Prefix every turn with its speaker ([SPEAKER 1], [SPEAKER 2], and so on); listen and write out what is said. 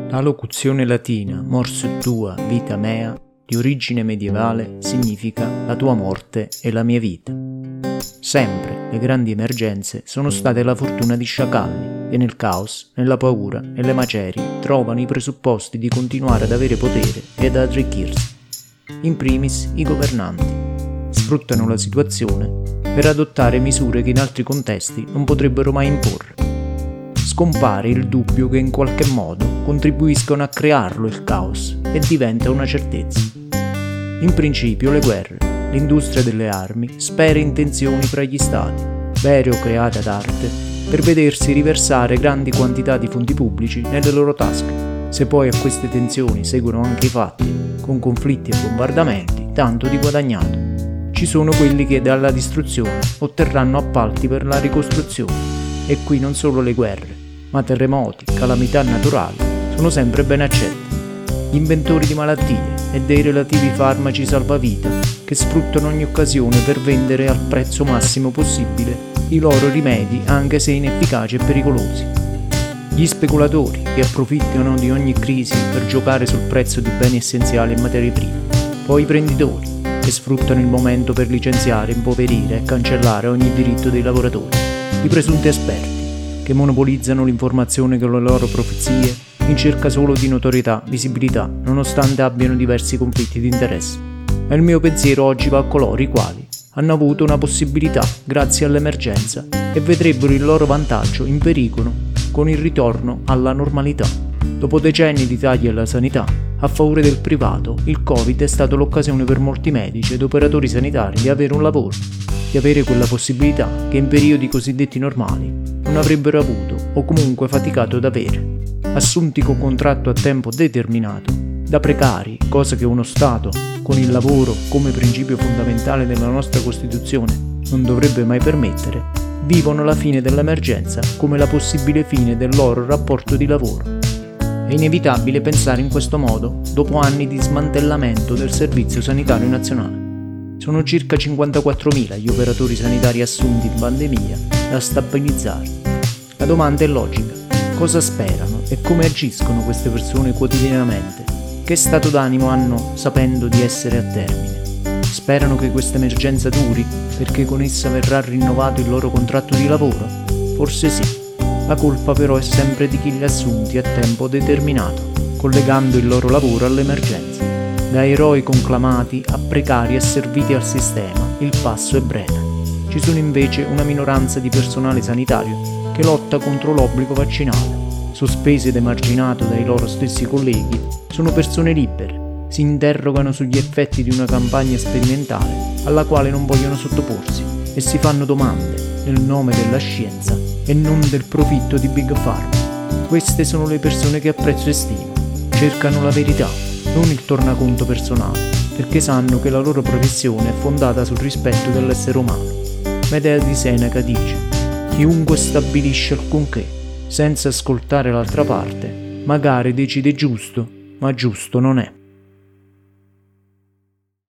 [SPEAKER 1] La locuzione latina mors tua vita mea, di origine medievale, significa la tua morte e la mia vita. Sempre le grandi emergenze sono state la fortuna di sciacalli che nel caos, nella paura e le macerie trovano i presupposti di continuare ad avere potere e ad arricchirsi. In primis i governanti sfruttano la situazione per adottare misure che in altri contesti non potrebbero mai imporre. Scompare il dubbio che in qualche modo contribuiscono a crearlo il caos e diventa una certezza. In principio le guerre, l'industria delle armi spera intenzioni fra gli stati, vere o create ad arte, per vedersi riversare grandi quantità di fondi pubblici nelle loro tasche. Se poi a queste tensioni seguono anche i fatti, con conflitti e bombardamenti, tanto di guadagnato. Ci sono quelli che dalla distruzione otterranno appalti per la ricostruzione. E qui non solo le guerre, ma terremoti, calamità naturali sono sempre ben accetti. Gli inventori di malattie e dei relativi farmaci salvavita che sfruttano ogni occasione per vendere al prezzo massimo possibile i loro rimedi anche se inefficaci e pericolosi. Gli speculatori che approfittano di ogni crisi per giocare sul prezzo di beni essenziali e materie prime. Poi i prenditori che sfruttano il momento per licenziare, impoverire e cancellare ogni diritto dei lavoratori. I presunti esperti che monopolizzano l'informazione con le loro profezie in cerca solo di notorietà, visibilità, nonostante abbiano diversi conflitti di interesse. Ma il mio pensiero oggi va a coloro i quali hanno avuto una possibilità grazie all'emergenza e vedrebbero il loro vantaggio in pericolo con il ritorno alla normalità. Dopo decenni di tagli alla sanità, a favore del privato, il Covid è stato l'occasione per molti medici ed operatori sanitari di avere un lavoro, di avere quella possibilità che in periodi cosiddetti normali non avrebbero avuto o comunque faticato ad avere. Assunti con contratto a tempo determinato, da precari, cosa che uno Stato, con il lavoro come principio fondamentale della nostra Costituzione, non dovrebbe mai permettere, vivono la fine dell'emergenza come la possibile fine del loro rapporto di lavoro. È inevitabile pensare in questo modo dopo anni di smantellamento del Servizio Sanitario Nazionale. Sono circa 54.000 gli operatori sanitari assunti in pandemia da stabilizzare. La domanda è logica: cosa sperano e come agiscono queste persone quotidianamente? Che stato d'animo hanno sapendo di essere a termine? Sperano che questa emergenza duri perché con essa verrà rinnovato il loro contratto di lavoro? Forse sì. La colpa però è sempre di chi li ha assunti a tempo determinato, collegando il loro lavoro all'emergenza. Da eroi conclamati a precari asserviti al sistema, il passo è breve. Ci sono invece una minoranza di personale sanitario che lotta contro l'obbligo vaccinale. Sospesi ed emarginato dai loro stessi colleghi, sono persone libere, si interrogano sugli effetti di una campagna sperimentale alla quale non vogliono sottoporsi e si fanno domande nel nome della scienza e non del profitto di Big Pharma. Queste sono le persone che apprezzo e stimo. Cercano la verità, non il tornaconto personale, perché sanno che la loro professione è fondata sul rispetto dell'essere umano. Medea di Seneca dice: chiunque stabilisce alcunché, senza ascoltare l'altra parte, magari decide giusto, ma giusto non è.